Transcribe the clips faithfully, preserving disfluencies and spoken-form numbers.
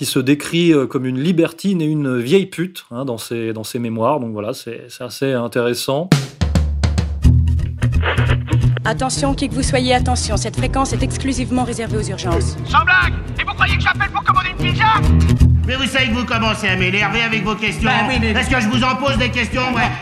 qui se décrit comme une libertine et une vieille pute hein, dans, ses, dans ses mémoires. Donc voilà, c'est, c'est assez intéressant. Attention, qui que vous soyez, attention, cette fréquence est exclusivement réservée aux urgences. Sans blague! Et vous croyez que j'appelle pour commander une pizza? Mais vous savez que vous commencez à m'énerver avec vos questions. Bah oui, mais... Est-ce que je vous en pose des questions, ouais?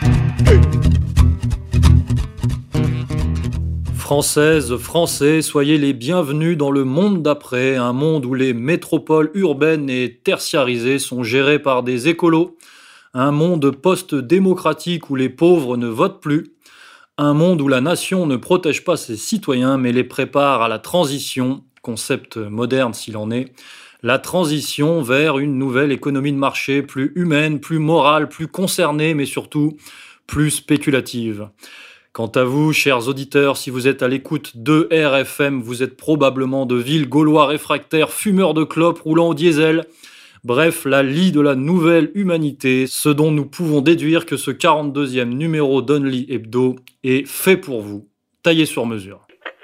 Françaises, Français, soyez les bienvenus dans le monde d'après, un monde où les métropoles urbaines et tertiarisées sont gérées par des écolos, un monde post-démocratique où les pauvres ne votent plus, un monde où la nation ne protège pas ses citoyens mais les prépare à la transition, concept moderne s'il en est, la transition vers une nouvelle économie de marché plus humaine, plus morale, plus concernée mais surtout plus spéculative. Quant à vous, chers auditeurs, si vous êtes à l'écoute de R F M, vous êtes probablement de vils gaulois réfractaires, fumeurs de clopes, roulant au diesel. Bref, la lie de la nouvelle humanité, ce dont nous pouvons déduire que ce quarante-deuxième numéro d'Only Hebdo est fait pour vous, taillé sur mesure.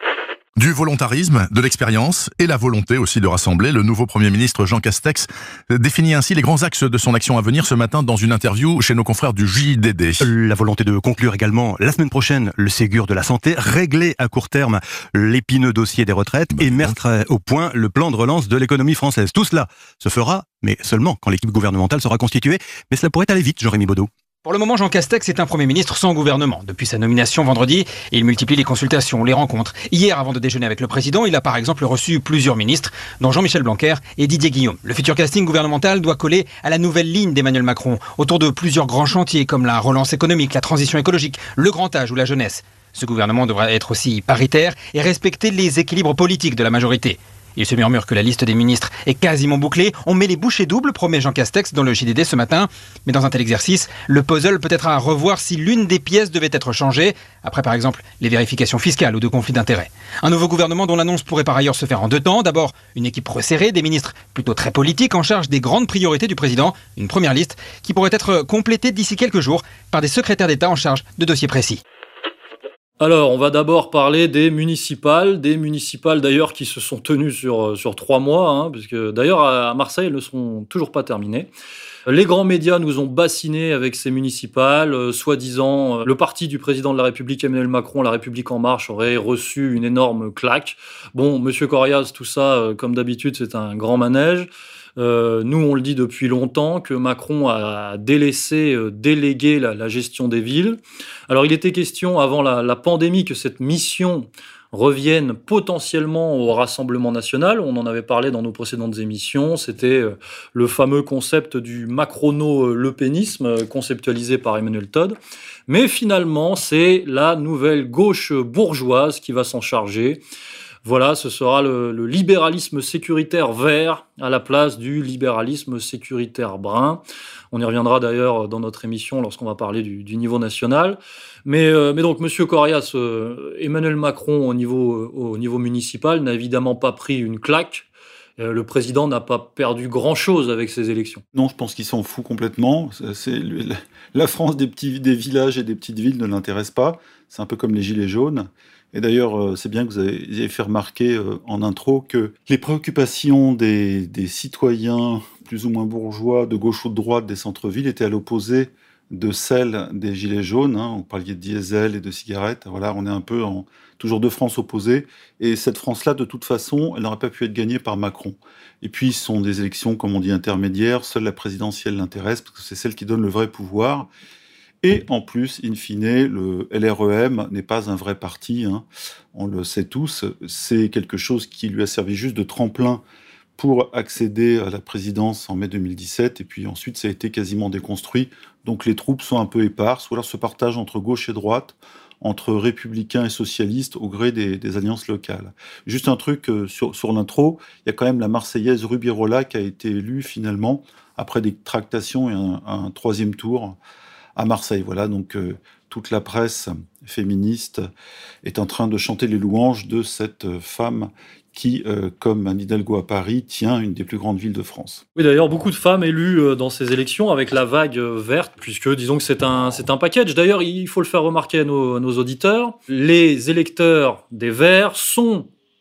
Du volontarisme, de l'expérience et la volonté aussi de rassembler, le nouveau Premier ministre Jean Castex définit ainsi les grands axes de son action à venir ce matin dans une interview chez nos confrères du J D D. La volonté de conclure également la semaine prochaine le Ségur de la santé, régler à court terme l'épineux dossier des retraites bah, et mettre au point le plan de relance de l'économie française. Tout cela se fera, mais seulement quand l'équipe gouvernementale sera constituée. Mais cela pourrait aller vite, Jean-Rémy Baudot. Pour le moment, Jean Castex est un Premier ministre sans gouvernement. Depuis sa nomination vendredi, il multiplie les consultations, les rencontres. Hier, avant de déjeuner avec le président, il a par exemple reçu plusieurs ministres, dont Jean-Michel Blanquer et Didier Guillaume. Le futur casting gouvernemental doit coller à la nouvelle ligne d'Emmanuel Macron, autour de plusieurs grands chantiers comme la relance économique, la transition écologique, le grand âge ou la jeunesse. Ce gouvernement devra être aussi paritaire et respecter les équilibres politiques de la majorité. Il se murmure que la liste des ministres est quasiment bouclée. On met les bouchées doubles, promet Jean Castex dans le J D D ce matin. Mais dans un tel exercice, le puzzle peut être à revoir si l'une des pièces devait être changée. Après, par exemple, les vérifications fiscales ou de conflits d'intérêts. Un nouveau gouvernement dont l'annonce pourrait par ailleurs se faire en deux temps. D'abord, une équipe resserrée, des ministres plutôt très politiques en charge des grandes priorités du président. Une première liste qui pourrait être complétée d'ici quelques jours par des secrétaires d'État en charge de dossiers précis. Alors, on va d'abord parler des municipales, des municipales d'ailleurs qui se sont tenues sur, sur trois mois, hein, puisque d'ailleurs à Marseille, elles ne sont toujours pas terminées. Les grands médias nous ont bassinés avec ces municipales, euh, soi-disant, euh, le parti du président de la République, Emmanuel Macron, La République En Marche, aurait reçu une énorme claque. Bon, Monsieur Corias, tout ça, euh, comme d'habitude, c'est un grand manège. Euh, nous, on le dit depuis longtemps que Macron a délaissé, euh, délégué la, la gestion des villes. Alors, il était question avant la, la pandémie que cette mission revienne potentiellement au Rassemblement national. On en avait parlé dans nos précédentes émissions. C'était euh, le fameux concept du macrono-lepénisme euh, conceptualisé par Emmanuel Todd. Mais finalement, c'est la nouvelle gauche bourgeoise qui va s'en charger. Voilà, ce sera le, le libéralisme sécuritaire vert à la place du libéralisme sécuritaire brun. On y reviendra d'ailleurs dans notre émission lorsqu'on va parler du, du niveau national. Mais, euh, mais donc, Monsieur Corias, euh, Emmanuel Macron au niveau, au niveau municipal n'a évidemment pas pris une claque. Euh, le président n'a pas perdu grand-chose avec ces élections. Non, je pense qu'il s'en fout complètement. C'est, la France des, petits, des villages et des petites villes ne l'intéresse pas. C'est un peu comme les gilets jaunes. Et d'ailleurs, c'est bien que vous ayez fait remarquer en intro que les préoccupations des, des citoyens plus ou moins bourgeois, de gauche ou de droite des centres-villes, étaient à l'opposé de celles des gilets jaunes. Hein. On parlait de diesel et de cigarettes. Voilà, on est un peu en toujours deux France opposées. Et cette France-là, de toute façon, elle n'aurait pas pu être gagnée par Macron. Et puis, ce sont des élections, comme on dit, intermédiaires. Seule la présidentielle l'intéresse, parce que c'est celle qui donne le vrai pouvoir. Et en plus, in fine, le L R E M n'est pas un vrai parti, hein. On le sait tous, c'est quelque chose qui lui a servi juste de tremplin pour accéder à la présidence en mai deux mille dix-sept, et puis ensuite ça a été quasiment déconstruit, donc les troupes sont un peu éparses, ou alors se partagent entre gauche et droite, entre républicains et socialistes au gré des, des alliances locales. Juste un truc euh, sur, sur l'intro, il y a quand même la Marseillaise Rubirola qui a été élue finalement, après des tractations et un, un troisième tour, à Marseille. Voilà, donc euh, toute la presse féministe est en train de chanter les louanges de cette femme qui, euh, comme Anne Hidalgo à Paris, tient une des plus grandes villes de France. Oui, d'ailleurs, beaucoup de femmes élues euh, dans ces élections avec la vague euh, verte, puisque disons que c'est un, c'est un package. D'ailleurs, il faut le faire remarquer à nos, à nos auditeurs, les électeurs des Verts sont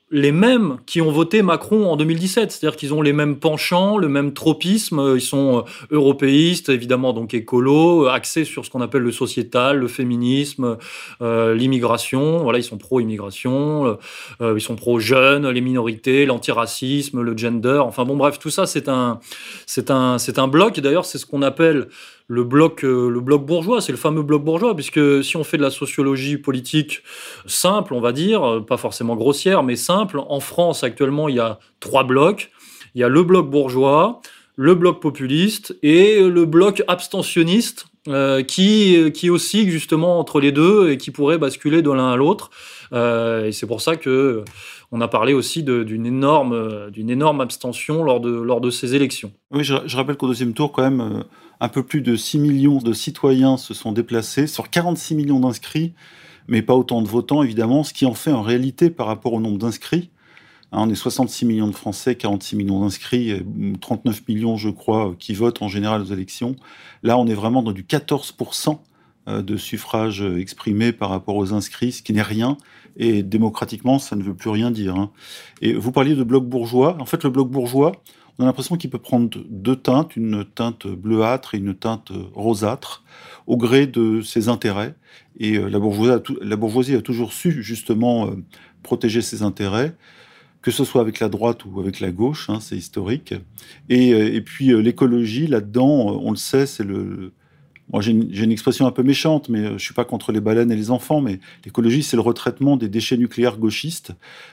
les mêmes qui ont voté Macron en deux mille dix-sept. C'est-à-dire qu'ils ont les mêmes penchants, le même tropisme. Ils sont européistes, évidemment, donc écolos, axés sur ce qu'on appelle le sociétal, le féminisme, euh, l'immigration. Voilà, ils sont pro-immigration, euh, ils sont pro-jeunes, les minorités, l'antiracisme, le gender. Enfin bon, bref, tout ça, c'est un, c'est un, c'est un bloc. D'ailleurs, c'est ce qu'on appelle le bloc, euh, le bloc bourgeois, c'est le fameux bloc bourgeois, puisque si on fait de la sociologie politique simple, on va dire, pas forcément grossière, mais simple, en France, actuellement, il y a trois blocs. Il y a le bloc bourgeois, le bloc populiste et le bloc abstentionniste, euh, qui, qui oscille justement entre les deux et qui pourrait basculer de l'un à l'autre. Euh, et c'est pour ça que on a parlé aussi de, d'une énorme, d'une énorme abstention lors de, lors de ces élections. Oui, je, je rappelle qu'au deuxième tour, quand même, euh, un peu plus de six millions de citoyens se sont déplacés sur quarante-six millions d'inscrits, mais pas autant de votants, évidemment, ce qui en fait en réalité par rapport au nombre d'inscrits. Hein, on est soixante-six millions de Français, quarante-six millions d'inscrits, et trente-neuf millions, je crois, qui votent en général aux élections. Là, on est vraiment dans du quatorze pour cent de suffrages exprimés par rapport aux inscrits, ce qui n'est rien. Et démocratiquement, ça ne veut plus rien dire. Hein. Et vous parliez de bloc bourgeois. En fait, le bloc bourgeois, on a l'impression qu'il peut prendre deux teintes, une teinte bleuâtre et une teinte rosâtre, au gré de ses intérêts. Et la bourgeoisie a, tout, la bourgeoisie a toujours su, justement, euh, protéger ses intérêts, que ce soit avec la droite ou avec la gauche, hein, c'est historique. Et, et puis, euh, l'écologie, là-dedans, on le sait, c'est le... Moi, j'ai une, j'ai une expression un peu méchante, mais je ne suis pas contre les baleines et les enfants, mais l'écologie, c'est le retraitement des déchets nucléaires gauchistes.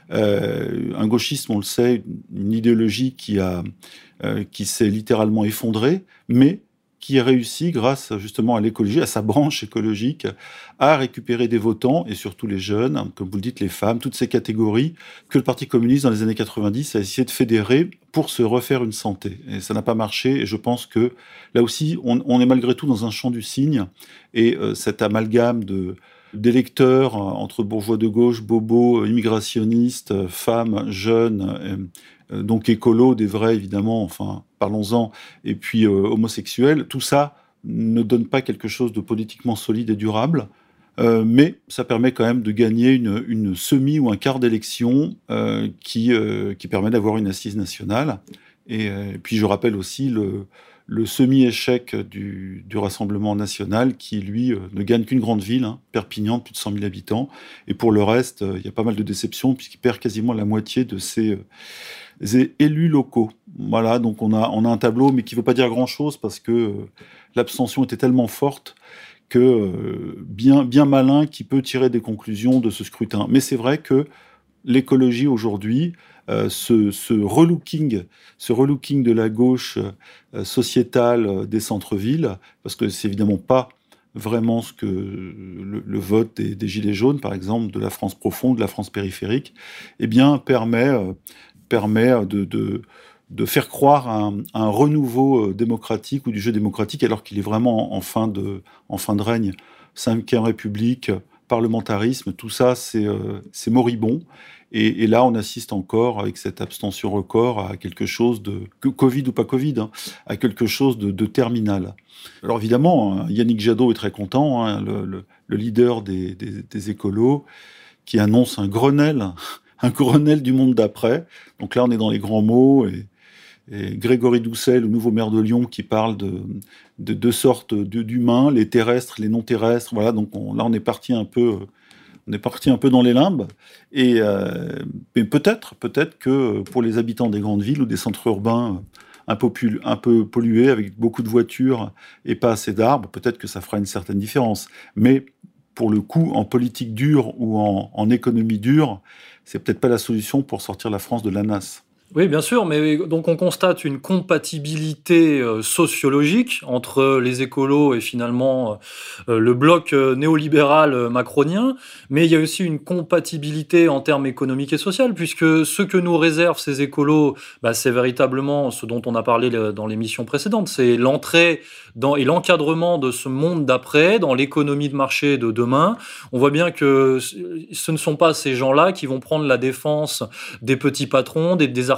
Euh, un gauchisme, on le sait, une idéologie qui, a, euh, qui s'est littéralement effondrée, mais qui a réussi, grâce justement à l'écologie, à sa branche écologique, à récupérer des votants, et surtout les jeunes, comme vous le dites, les femmes, toutes ces catégories que le Parti communiste, dans les années quatre-vingt-dix, a essayé de fédérer pour se refaire une santé. Et ça n'a pas marché, et je pense que, là aussi, on, on est malgré tout dans un champ du cygne, et euh, cet amalgame de d'électeurs entre bourgeois de gauche, bobos, immigrationnistes, femmes, jeunes, euh, donc écolos, des vrais évidemment, enfin parlons-en, et puis euh, homosexuels, tout ça ne donne pas quelque chose de politiquement solide et durable, euh, mais ça permet quand même de gagner une, une semi ou un quart d'élection euh, qui, euh, qui permet d'avoir une assise nationale. Et, euh, et puis je rappelle aussi le... le semi-échec du, du Rassemblement national qui, lui, euh, ne gagne qu'une grande ville, hein, Perpignan, de plus de cent mille habitants. Et pour le reste, il euh, y a pas mal de déceptions puisqu'il perd quasiment la moitié de ses, euh, ses élus locaux. Voilà, donc on a, on a un tableau, mais qui ne veut pas dire grand-chose parce que euh, l'abstention était tellement forte que euh, bien, bien malin qui peut tirer des conclusions de ce scrutin. Mais c'est vrai que l'écologie aujourd'hui, Euh, ce, ce relooking, ce relooking de la gauche euh, sociétale euh, des centres-villes, parce que c'est évidemment pas vraiment ce que le, le vote des, des Gilets jaunes, par exemple, de la France profonde, de la France périphérique, eh bien, permet, euh, permet de, de, de faire croire à un, à un renouveau euh, démocratique ou du jeu démocratique, alors qu'il est vraiment en fin de, en fin de règne. Cinquième République, parlementarisme, tout ça, c'est, euh, c'est moribond. Et, et là, on assiste encore, avec cette abstention record, à quelque chose de... Covid ou pas Covid, hein, à quelque chose de, de terminal. Alors évidemment, Yannick Jadot est très content, hein, le, le, le leader des, des, des écolos, qui annonce un Grenelle, un Grenelle du monde d'après. Donc là, on est dans les grands mots, et, et Grégory Doucet, le nouveau maire de Lyon, qui parle de, de deux sortes d'humains, les terrestres, les non-terrestres. Voilà, donc on, là, on est parti un peu... On est parti un peu dans les limbes, et euh, mais peut-être, peut-être que pour les habitants des grandes villes ou des centres urbains un peu, un peu pollués, avec beaucoup de voitures et pas assez d'arbres, peut-être que ça fera une certaine différence. Mais pour le coup, en politique dure ou en, en économie dure, c'est peut-être pas la solution pour sortir la France de la nasse. Oui, bien sûr, mais donc on constate une compatibilité euh, sociologique entre les écolos et finalement euh, le bloc euh, néolibéral euh, macronien, mais il y a aussi une compatibilité en termes économiques et sociaux, puisque ce que nous réservent ces écolos, bah, c'est véritablement ce dont on a parlé dans l'émission précédente, c'est l'entrée dans, et l'encadrement de ce monde d'après, dans l'économie de marché de demain. On voit bien que ce ne sont pas ces gens-là qui vont prendre la défense des petits patrons, des, des artisans,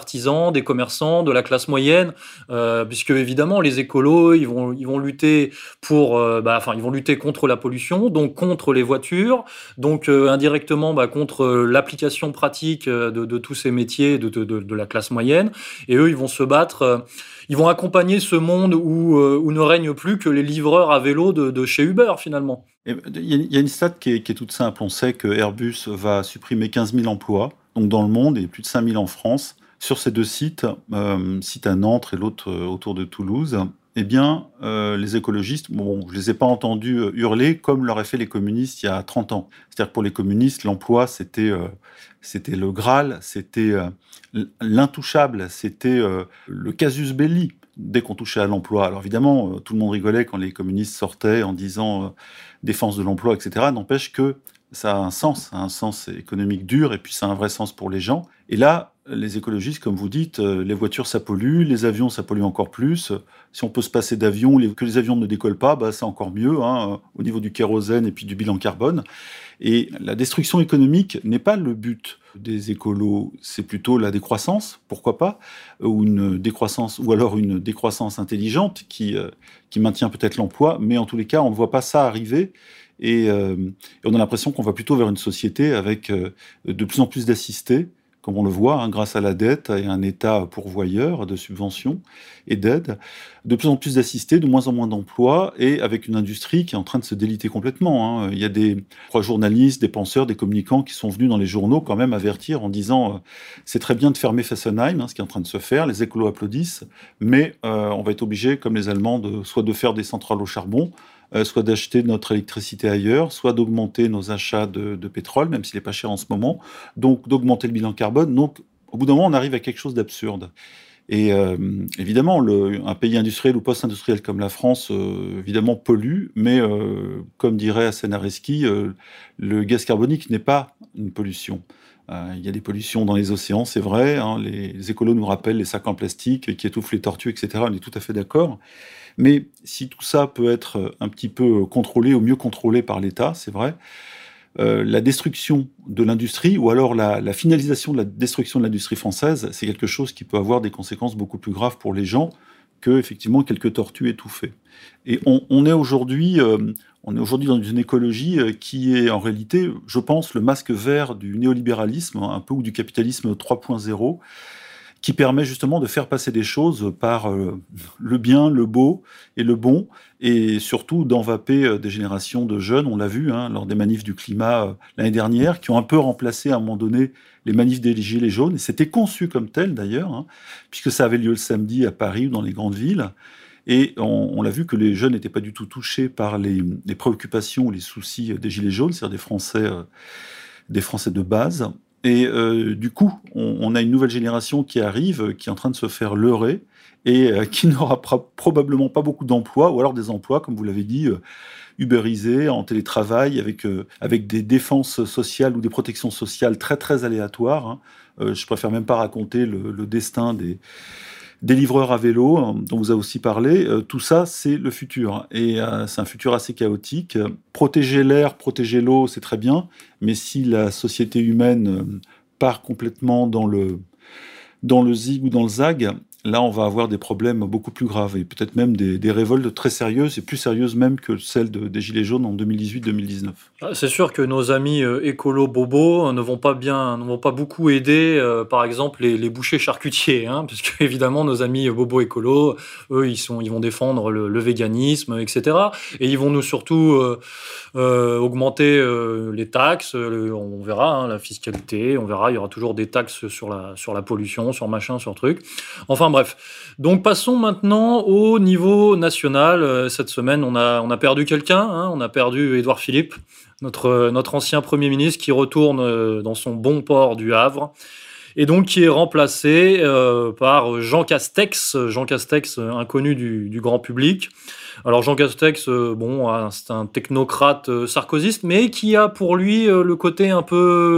artisans, des commerçants, de la classe moyenne, euh, puisque évidemment les écolos, ils vont, ils vont lutter pour, euh, bah, enfin, ils vont lutter contre la pollution, donc contre les voitures, donc euh, indirectement bah, contre l'application pratique de, de tous ces métiers de, de, de, de la classe moyenne. Et eux, ils vont se battre. Euh, ils vont accompagner ce monde où, euh, où ne règne plus que les livreurs à vélo de, de chez Uber finalement. Il y, y a une stat qui est, qui est toute simple. On sait que Airbus va supprimer quinze mille emplois, donc dans le monde, et plus de cinq mille en France. Sur ces deux sites, euh, site à Nantes et l'autre euh, autour de Toulouse, eh bien, euh, les écologistes, bon, je les ai pas entendus hurler comme l'auraient fait les communistes il y a trente ans. C'est-à-dire que pour les communistes, l'emploi, c'était, euh, c'était le Graal, c'était euh, l'intouchable, c'était euh, le casus belli. Dès qu'on touchait à l'emploi. Alors évidemment, tout le monde rigolait quand les communistes sortaient en disant euh, défense de l'emploi, et cetera. N'empêche que ça a un sens, ça a un sens économique dur, et puis ça a un vrai sens pour les gens. Et là, les écologistes, comme vous dites, euh, les voitures, ça pollue, les avions, ça pollue encore plus. Si on peut se passer d'avions, les, que les avions ne décollent pas, bah, c'est encore mieux, hein, au niveau du kérosène et puis du bilan carbone. Et la destruction économique n'est pas le but des écolos, c'est plutôt la décroissance, pourquoi pas, ou une décroissance, ou alors une décroissance intelligente qui, euh, qui maintient peut-être l'emploi, mais en tous les cas, on ne voit pas ça arriver. Et, euh, et on a l'impression qu'on va plutôt vers une société avec euh, de plus en plus d'assistés, comme on le voit, hein, grâce à la dette et un État pourvoyeur de subventions et d'aides, de plus en plus d'assistés, de moins en moins d'emplois, et avec une industrie qui est en train de se déliter complètement. Hein. Il y a des trois journalistes, des penseurs, des communicants qui sont venus dans les journaux quand même avertir en disant euh, c'est très bien de fermer Fessenheim, hein, ce qui est en train de se faire, les écolos applaudissent, mais euh, on va être obligé, comme les Allemands, de, soit de faire des centrales au charbon, euh, soit d'acheter notre électricité ailleurs, soit d'augmenter nos achats de, de pétrole, même s'il n'est pas cher en ce moment, donc d'augmenter le bilan carbone. Donc, au bout d'un moment, on arrive à quelque chose d'absurde. Et euh, évidemment, le, un pays industriel ou post-industriel comme la France, euh, évidemment, pollue, mais euh, comme dirait Hassan Areski, euh, le gaz carbonique n'est pas une pollution. Euh, il y a des pollutions dans les océans, c'est vrai, hein, les, les écolos nous rappellent les sacs en plastique qui étouffent les tortues, et cetera. On est tout à fait d'accord. Mais si tout ça peut être un petit peu contrôlé, ou mieux contrôlé par l'État, c'est vrai, euh, la destruction de l'industrie, ou alors la, la finalisation de la destruction de l'industrie française, c'est quelque chose qui peut avoir des conséquences beaucoup plus graves pour les gens que, effectivement, quelques tortues étouffées. Et on, on est aujourd'hui... Euh, On est aujourd'hui dans une écologie qui est en réalité, je pense, le masque vert du néolibéralisme, un peu, ou du capitalisme trois point zéro, qui permet justement de faire passer des choses par euh, le bien, le beau et le bon, et surtout d'envaper des générations de jeunes, on l'a vu hein, lors des manifs du climat euh, l'année dernière, qui ont un peu remplacé à un moment donné les manifs des Gilets jaunes, et c'était conçu comme tel d'ailleurs, hein, puisque ça avait lieu le samedi à Paris ou dans les grandes villes. Et on, on l'a vu que les jeunes n'étaient pas du tout touchés par les, les préoccupations ou les soucis des Gilets jaunes, c'est-à-dire des Français, euh, des Français de base. Et euh, du coup, on, on a une nouvelle génération qui arrive, qui est en train de se faire leurrer, et euh, qui n'aura pra- probablement pas beaucoup d'emplois, ou alors des emplois, comme vous l'avez dit, euh, ubérisés, en télétravail, avec, euh, avec des défenses sociales ou des protections sociales très très aléatoires. Hein. Euh, je préfère même pas raconter le, le destin des... des livreurs à vélo, dont vous avez aussi parlé, euh, tout ça, c'est le futur. Et euh, c'est un futur assez chaotique. Protéger l'air, protéger l'eau, c'est très bien, mais si la société humaine euh, part complètement dans le, dans le zig ou dans le zag, là, on va avoir des problèmes beaucoup plus graves, et peut-être même des, des révoltes très sérieuses, et plus sérieuses même que celles de, des Gilets jaunes en deux mille dix-huit deux mille dix-neuf. C'est sûr que nos amis euh, écolos bobos ne vont pas bien, ne vont pas beaucoup aider, euh, par exemple, les, les bouchers charcutiers, hein, parce que évidemment, nos amis bobos écolos, eux, ils, sont, ils vont défendre le, le véganisme, et cetera. Et ils vont nous surtout euh, euh, augmenter euh, les taxes, le, on verra, hein, la fiscalité, on verra, il y aura toujours des taxes sur la, sur la pollution, sur machin, sur truc. Enfin, bref, donc passons maintenant au niveau national. Euh, cette semaine, on a, on a perdu quelqu'un, hein, on a perdu Édouard Philippe, notre, notre ancien Premier ministre qui retourne euh, dans son bon port du Havre, et donc qui est remplacé euh, par Jean Castex, Jean Castex euh, inconnu du, du grand public. Alors Jean Castex, euh, bon, c'est un technocrate euh, sarkozyste, mais qui a pour lui euh, le côté un peu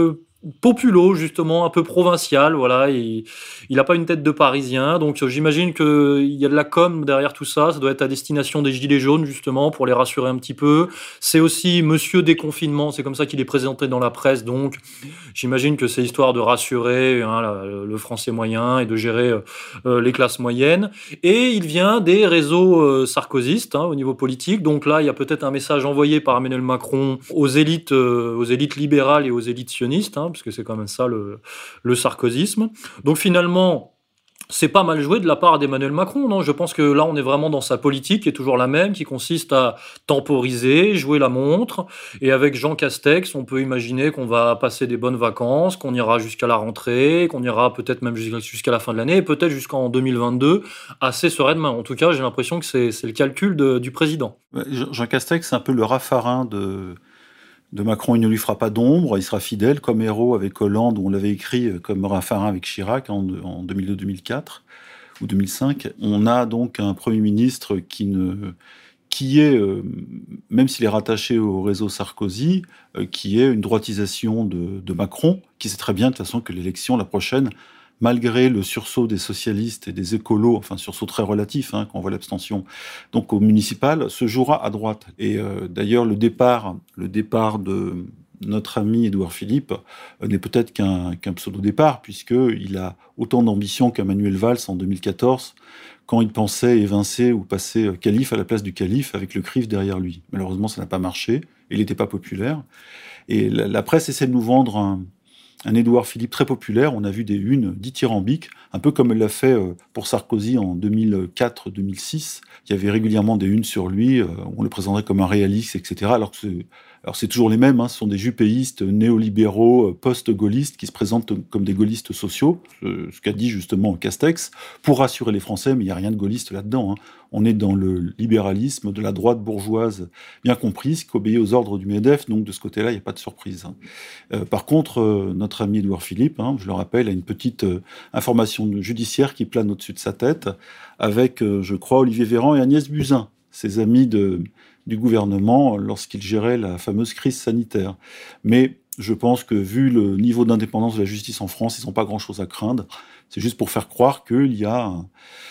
populo, justement, un peu provincial, voilà. Il n'a pas une tête de Parisien, donc j'imagine qu'il y a de la com derrière tout ça. Ça doit être à destination des Gilets jaunes, justement, pour les rassurer un petit peu. C'est aussi Monsieur Déconfinement, c'est comme ça qu'il est présenté dans la presse, donc j'imagine que c'est histoire de rassurer hein, la, le français moyen et de gérer euh, les classes moyennes. Et il vient des réseaux euh, sarkozystes hein, au niveau politique, donc là, il y a peut-être un message envoyé par Emmanuel Macron aux élites, euh, aux élites libérales et aux élites sionistes, hein, parce que c'est quand même ça le, le sarkozysme. Donc finalement, c'est pas mal joué de la part d'Emmanuel Macron, non ? Je pense que là, on est vraiment dans sa politique, qui est toujours la même, qui consiste à temporiser, jouer la montre. Et avec Jean Castex, on peut imaginer qu'on va passer des bonnes vacances, qu'on ira jusqu'à la rentrée, qu'on ira peut-être même jusqu'à la fin de l'année, et peut-être jusqu'en deux mille vingt-deux, assez sereinement. En tout cas, j'ai l'impression que c'est, c'est le calcul de, du président. Jean Castex, c'est un peu le Raffarin de... de Macron, il ne lui fera pas d'ombre, il sera fidèle, comme Hérault avec Hollande, où on l'avait écrit comme Raffarin avec Chirac en, en deux mille deux deux mille quatre ou deux mille cinq. On a donc un Premier ministre qui, ne, qui est, euh, même s'il est rattaché au réseau Sarkozy, euh, qui est une droitisation de, de Macron, qui sait très bien de toute façon que l'élection, la prochaine, malgré le sursaut des socialistes et des écolos, enfin sursaut très relatif hein, quand on voit l'abstention, donc au municipal, se jouera à droite. Et euh, d'ailleurs, le départ, le départ de notre ami Édouard Philippe euh, n'est peut-être qu'un, qu'un pseudo-départ, puisqu'il a autant d'ambition qu'Emmanuel Valls en deux mille quatorze, quand il pensait évincer ou passer calife à la place du calife avec le C R I F derrière lui. Malheureusement, ça n'a pas marché, il n'était pas populaire. Et la, la presse essaie de nous vendre un Un Édouard Philippe très populaire, on a vu des unes dithyrambiques, un peu comme elle l'a fait pour Sarkozy en deux mille quatre deux mille six. Il y avait régulièrement des unes sur lui, on le présentait comme un réaliste, et cetera. Alors que c'est, alors c'est toujours les mêmes, hein, ce sont des jupéistes néolibéraux, post-gaullistes, qui se présentent comme des gaullistes sociaux, ce qu'a dit justement Castex, pour rassurer les Français, mais il n'y a rien de gaulliste là-dedans. Hein. On est dans le libéralisme de la droite bourgeoise bien comprise, qui obéit aux ordres du MEDEF, donc de ce côté-là, il n'y a pas de surprise. Hein. Euh, par contre, euh, notre ami Édouard Philippe, hein, je le rappelle, a une petite euh, information judiciaire qui plane au-dessus de sa tête, avec, euh, je crois, Olivier Véran et Agnès Buzyn, ses amis de, du gouvernement, lorsqu'ils géraient la fameuse crise sanitaire. Mais je pense que, vu le niveau d'indépendance de la justice en France, ils n'ont pas grand-chose à craindre. C'est juste pour faire croire qu'il y a un,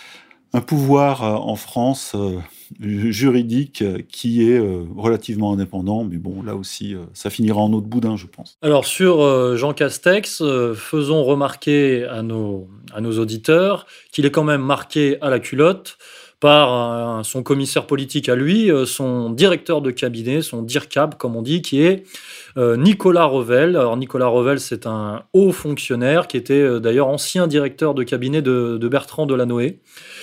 un pouvoir euh, en France euh, juridique euh, qui est euh, relativement indépendant, mais bon, là aussi, euh, ça finira en eau de boudin, je pense. Alors, sur euh, Jean Castex, euh, faisons remarquer à nos, à nos auditeurs qu'il est quand même marqué à la culotte par euh, son commissaire politique à lui, euh, son directeur de cabinet, son DIRCAB, comme on dit, qui est euh, Nicolas Revel. Alors, Nicolas Revel, c'est un haut fonctionnaire qui était euh, d'ailleurs ancien directeur de cabinet de, de Bertrand Delanoë.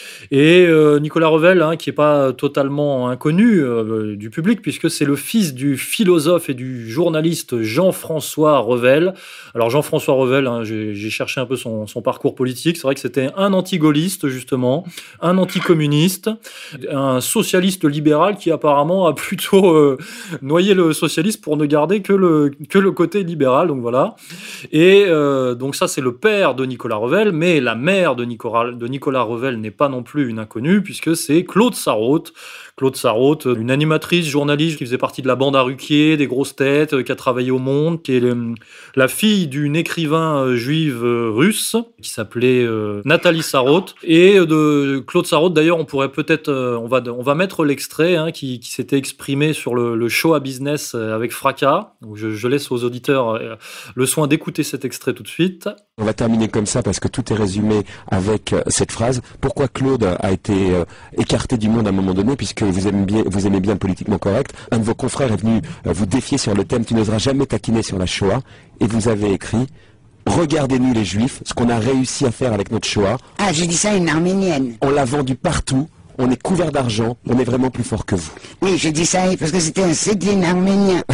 Et euh, Nicolas Revel, hein, qui n'est pas totalement inconnu euh, du public, puisque c'est le fils du philosophe et du journaliste Jean-François Revel. Alors Jean-François Revel, hein, j'ai, j'ai cherché un peu son, son parcours politique. C'est vrai que c'était un anti-gaulliste, justement, un anticommuniste, un socialiste libéral qui apparemment a plutôt euh, noyé le socialiste pour ne garder que le, que le côté libéral. Donc voilà. Et euh, donc ça, c'est le père de Nicolas Revel, mais la mère de Nicolas, de Nicolas Revel n'est pas non plus une inconnue, puisque c'est Claude Sarraute. Claude Sarraute, une animatrice, journaliste qui faisait partie de la bande à Ruquier, des grosses têtes, qui a travaillé au Monde, qui est le, la fille d'une écrivain juive russe qui s'appelait euh, Nathalie Sarraute. Et de Claude Sarraute, d'ailleurs, on pourrait peut-être, euh, on va, on va mettre l'extrait hein, qui, qui s'était exprimé sur le, le show à business avec Fracas. Donc je, je laisse aux auditeurs euh, le soin d'écouter cet extrait tout de suite. On va terminer comme ça parce que tout est résumé avec euh, cette phrase. Pourquoi Claude a été euh, écarté du Monde à un moment donné, puisque vous aimez bien, vous aimez bien le politiquement correct. Un de vos confrères est venu euh, vous défier sur le thème « Tu n'oseras jamais taquiner sur la Shoah » et vous avez écrit « Regardez-nous les Juifs, ce qu'on a réussi à faire avec notre Shoah. » Ah, j'ai dit ça à une arménienne. On l'a vendu partout, on est couvert d'argent, on est vraiment plus fort que vous. Oui, j'ai dit ça parce que c'était un Cédine arménien.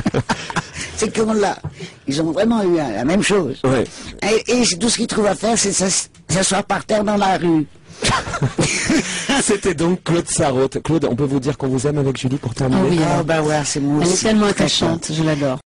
C'est qu'on l'a. Ils ont vraiment eu la même chose. Ouais. Et, et tout ce qu'ils trouvent à faire, c'est s'asseoir par terre dans la rue. C'était donc Claude Sarraute. Claude, on peut vous dire qu'on vous aime avec Julie pour terminer? Oh oui, ah bah ouais, c'est moi aussi. Elle est tellement attachante, je l'adore.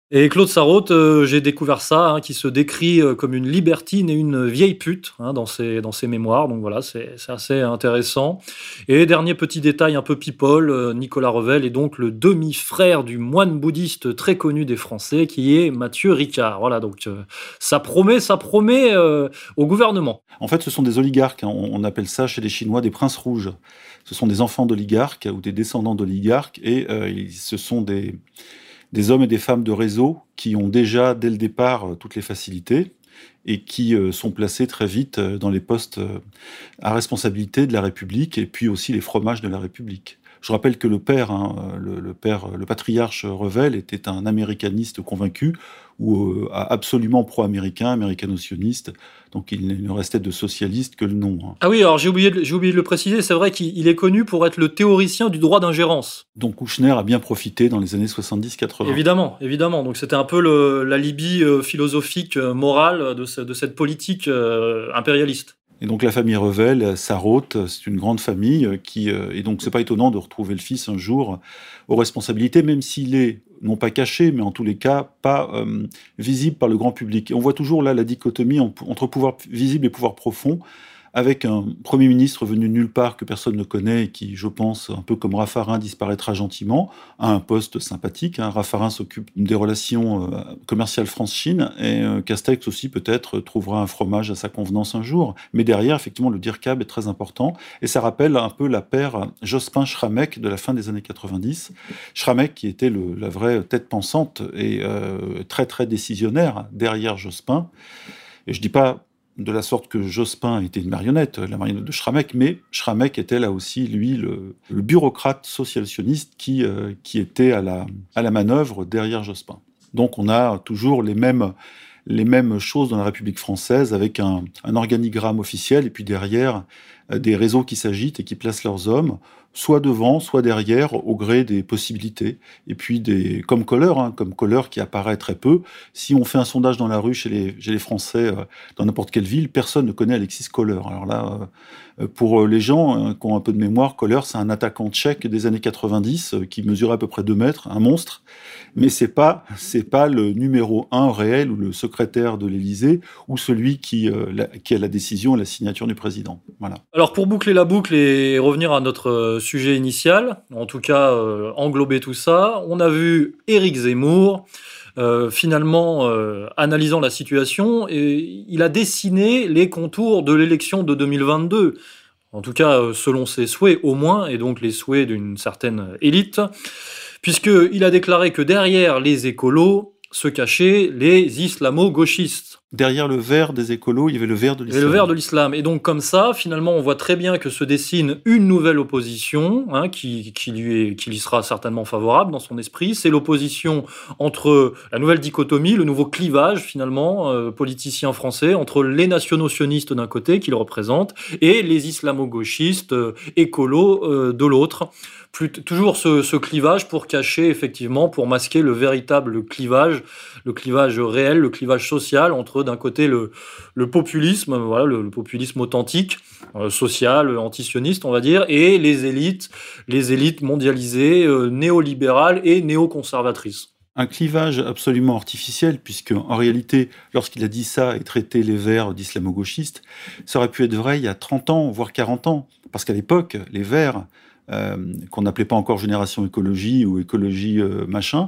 Et Claude Sarraute, euh, j'ai découvert ça, hein, qui se décrit euh, comme une libertine et une vieille pute hein, dans, ses, dans ses mémoires. Donc voilà, c'est, c'est assez intéressant. Et dernier petit détail un peu people, euh, Nicolas Revel est donc le demi-frère du moine bouddhiste très connu des Français, qui est Mathieu Ricard. Voilà, donc euh, ça promet, ça promet euh, au gouvernement. En fait, ce sont des oligarques. Hein. On, on appelle ça chez les Chinois des princes rouges. Ce sont des enfants d'oligarques ou des descendants d'oligarques, et euh, ils, ce sont des... des hommes et des femmes de réseau qui ont déjà, dès le départ, toutes les facilités et qui euh, sont placés très vite euh, dans les postes euh, à responsabilité de la République et puis aussi les fromages de la République. Je rappelle que le père, hein, le, le père, le patriarche Revel était un américaniste convaincu ou euh, absolument pro-américain, américano-sioniste. Donc il ne restait de socialiste que le nom. Hein. Ah oui, alors j'ai oublié, de, j'ai oublié de le préciser, c'est vrai qu'il est connu pour être le théoricien du droit d'ingérence. Donc Kouchner a bien profité dans les années soixante-dix quatre-vingts. Évidemment, évidemment. Donc c'était un peu le, la Libye euh, philosophique, euh, morale de, ce, de cette politique euh, impérialiste. Et donc la famille Revel, Sarraute, c'est une grande famille qui, euh, et donc c'est pas étonnant de retrouver le fils un jour aux responsabilités, même s'il est non pas caché, mais en tous les cas pas euh, visible par le grand public. Et on voit toujours là la dichotomie entre pouvoir visible et pouvoir profond, avec un Premier ministre venu de nulle part que personne ne connaît et qui, je pense, un peu comme Raffarin, disparaîtra gentiment, à un poste sympathique. Hein. Raffarin s'occupe des relations euh, commerciales France-Chine et euh, Castex aussi peut-être trouvera un fromage à sa convenance un jour. Mais derrière, effectivement, le DIRCAB est très important et ça rappelle un peu la paire Jospin-Schramek de la fin des années quatre-vingt-dix. Schramek qui était le, la vraie tête pensante et euh, très très décisionnaire derrière Jospin. Et je dis pas de la sorte que Jospin était une marionnette, la marionnette de Schramek, mais Schramek était là aussi, lui, le, le bureaucrate social-sioniste qui, euh, qui était à la, à la manœuvre derrière Jospin. Donc on a toujours les mêmes, les mêmes choses dans la République française, avec un, un organigramme officiel, et puis derrière, euh, des réseaux qui s'agitent et qui placent leurs hommes, soit devant, soit derrière, au gré des possibilités. Et puis, des, comme Kohler, hein, comme Kohler qui apparaît très peu. Si on fait un sondage dans la rue chez les, chez les Français, euh, dans n'importe quelle ville, personne ne connaît Alexis Kohler. Alors là, euh, pour les gens euh, qui ont un peu de mémoire, Kohler, c'est un attaquant tchèque des années quatre-vingt-dix, euh, qui mesurait à peu près deux mètres, un monstre. Mais c'est pas, c'est pas le numéro un réel ou le secrétaire de l'Élysée ou celui qui, euh, la, qui a la décision et la signature du président. Voilà. Alors, pour boucler la boucle et revenir à notre euh, sujet initial, en tout cas euh, englober tout ça, on a vu Éric Zemmour euh, finalement euh, analysant la situation et il a dessiné les contours de l'élection de deux mille vingt-deux, en tout cas euh, selon ses souhaits au moins, et donc les souhaits d'une certaine élite, puisqu'il a déclaré que derrière les écolos se cachaient les islamo-gauchistes. Derrière le vert des écolos, il y avait le vert de l'islam. Et le vert de l'islam. Et donc, comme ça, finalement, on voit très bien que se dessine une nouvelle opposition, hein, qui, qui, lui est, qui lui sera certainement favorable dans son esprit. C'est l'opposition entre la nouvelle dichotomie, le nouveau clivage, finalement, euh, politicien français, entre les nationaux-sionistes d'un côté, qui le représentent, et les islamo-gauchistes, euh, écolos euh, de l'autre. Plus, toujours ce, ce clivage pour cacher, effectivement, pour masquer le véritable clivage, le clivage réel, le clivage social entre, d'un côté, le, le populisme, voilà, le, le populisme authentique, euh, social, antisioniste, on va dire, et les élites, les élites mondialisées, euh, néolibérales et néoconservatrices. Un clivage absolument artificiel, puisque en réalité, lorsqu'il a dit ça et traité les Verts d'islamo-gauchistes, ça aurait pu être vrai il y a trente ans, voire quarante ans. Parce qu'à l'époque, les Verts, euh, qu'on n'appelait pas encore Génération Écologie ou Écologie euh, machin,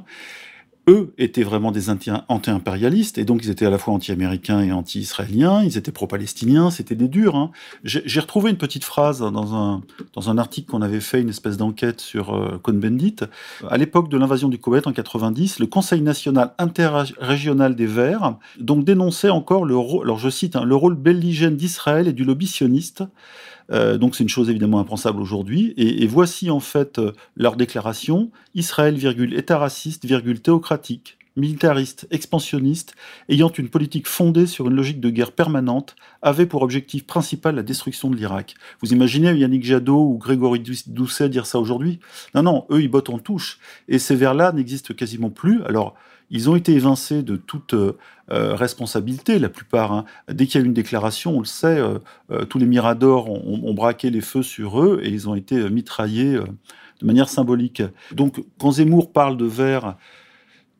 eux étaient vraiment des anti-impérialistes, et donc ils étaient à la fois anti-américains et anti-israéliens, ils étaient pro-palestiniens, c'était des durs. Hein. J'ai, j'ai retrouvé une petite phrase dans un, dans un article qu'on avait fait, une espèce d'enquête sur euh, Cohn-Bendit. À l'époque de l'invasion du Koweït en quatre-vingt-dix, le Conseil national interrégional des Verts donc dénonçait encore le rôle, alors je cite, hein, le rôle belligène d'Israël et du lobby sioniste. Euh, donc c'est une chose évidemment impensable aujourd'hui. Et, et voici en fait euh, leur déclaration. Israël, virgule, État raciste, virgule, théocratique, militariste, expansionniste, ayant une politique fondée sur une logique de guerre permanente, avait pour objectif principal la destruction de l'Irak. Vous imaginez Yannick Jadot ou Grégory Doucet dire ça aujourd'hui ? Non, non, eux ils bottent en touche. Et ces vers-là n'existent quasiment plus. Alors, ils ont été évincés de toute euh, responsabilité, la plupart. Hein. Dès qu'il y a eu une déclaration, on le sait, euh, euh, tous les miradors ont, ont braqué les feux sur eux et ils ont été mitraillés euh, de manière symbolique. Donc, quand Zemmour parle de Verts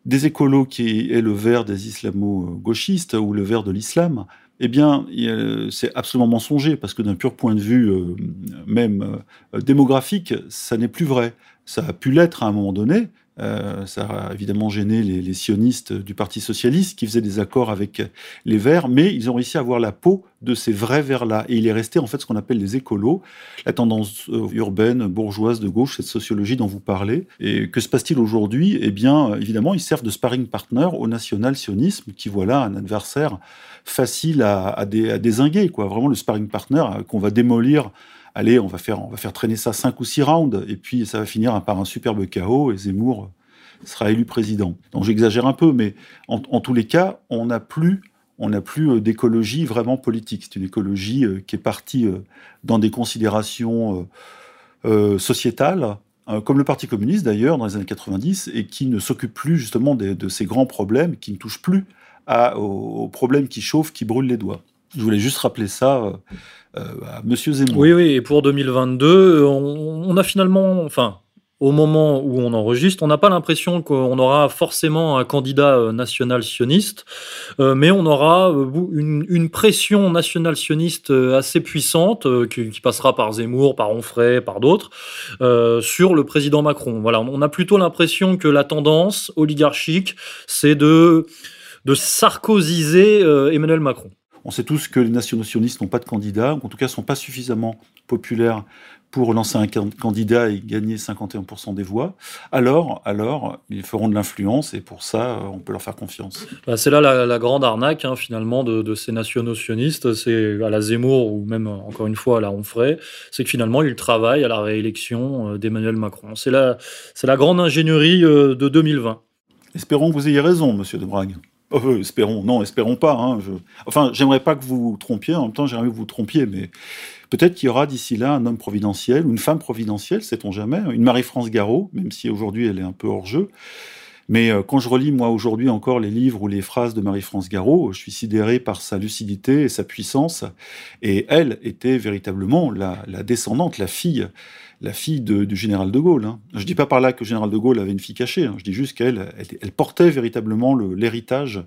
des écolos qui est le vert des islamo-gauchistes ou le vert de l'islam, eh bien, c'est absolument mensonger, parce que d'un pur point de vue euh, même euh, démographique, ça n'est plus vrai. Ça a pu l'être à un moment donné. Euh, ça a évidemment gêné les, les sionistes du Parti socialiste qui faisaient des accords avec les Verts, mais ils ont réussi à avoir la peau de ces vrais Verts-là. Et il est resté en fait ce qu'on appelle les écolos, la tendance euh, urbaine, bourgeoise, de gauche, cette sociologie dont vous parlez. Et que se passe-t-il aujourd'hui ? Eh bien, évidemment, ils servent de sparring partner au national-sionisme, qui voilà un adversaire facile à, à, dé, à dézinguer, quoi. Vraiment le sparring partner euh, qu'on va démolir. Allez, on va faire, on va faire traîner ça cinq ou six rounds, et puis ça va finir par un superbe chaos, et Zemmour sera élu président. Donc j'exagère un peu, mais en, en tous les cas, on n'a plus, on n'a plus d'écologie vraiment politique. C'est une écologie euh, qui est partie euh, dans des considérations euh, euh, sociétales, euh, comme le Parti communiste d'ailleurs, dans les années quatre-vingt-dix, et qui ne s'occupe plus justement de, de ces grands problèmes, qui ne touchent plus à, aux, aux problèmes qui chauffent, qui brûlent les doigts. Je voulais juste rappeler ça euh, euh, à Monsieur Zemmour. Oui, oui, et pour deux mille vingt-deux, on, on a finalement, enfin, au moment où on enregistre, on n'a pas l'impression qu'on aura forcément un candidat national sioniste, euh, mais on aura une, une pression nationale sioniste assez puissante, euh, qui, qui passera par Zemmour, par Onfray, par d'autres, euh, sur le président Macron. Voilà, on a plutôt l'impression que la tendance oligarchique, c'est de, de sarkozyser euh, Emmanuel Macron. On sait tous que les nationaux-sionistes n'ont pas de candidat, ou en tout cas ne sont pas suffisamment populaires pour lancer un candidat et gagner cinquante et un pour cent des voix. Alors, alors, ils feront de l'influence, et pour ça, on peut leur faire confiance. Bah, c'est là la, la grande arnaque, hein, finalement, de, de ces nationaux-sionistes. C'est à la Zemmour, ou même, encore une fois, à la Onfray, c'est que finalement, ils travaillent à la réélection d'Emmanuel Macron. C'est la, c'est la grande ingénierie de deux mille vingt. Espérons que vous ayez raison, monsieur Debragge. Oh, euh, espérons, non, espérons pas. Hein, je... Enfin, j'aimerais pas que vous vous trompiez, en même temps, j'aimerais que vous vous trompiez, mais peut-être qu'il y aura d'ici là un homme providentiel, ou une femme providentielle, sait-on jamais, une Marie-France Garot, même si aujourd'hui elle est un peu hors jeu. Mais euh, quand je relis, moi, aujourd'hui encore, les livres ou les phrases de Marie-France Garot, je suis sidéré par sa lucidité et sa puissance. Et elle était véritablement la, la descendante, la fille, la fille de, du général de Gaulle. Hein. Je dis pas par là que le général de Gaulle avait une fille cachée. Hein. Je dis juste qu'elle elle, elle portait véritablement le, l'héritage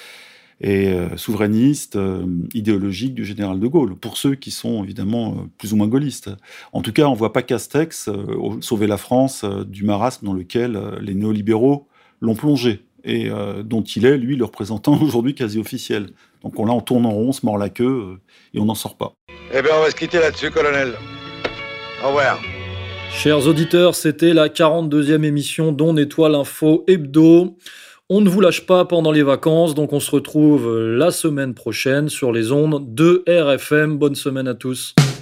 et euh, souverainiste, euh, idéologique du général de Gaulle, pour ceux qui sont évidemment euh, plus ou moins gaullistes. En tout cas, on voit pas Castex euh, sauver la France euh, du marasme dans lequel euh, les néolibéraux l'ont plongé, et euh, dont il est, lui, le représentant aujourd'hui quasi officiel. Donc on, là, on tourne en rond, on se mord la queue, euh, et on n'en sort pas. Eh bien, on va se quitter là-dessus, colonel. Au revoir. Chers auditeurs, c'était la quarante-deuxième émission d'On Étoile Info Hebdo. On ne vous lâche pas pendant les vacances, donc on se retrouve la semaine prochaine sur les ondes de R F M. Bonne semaine à tous.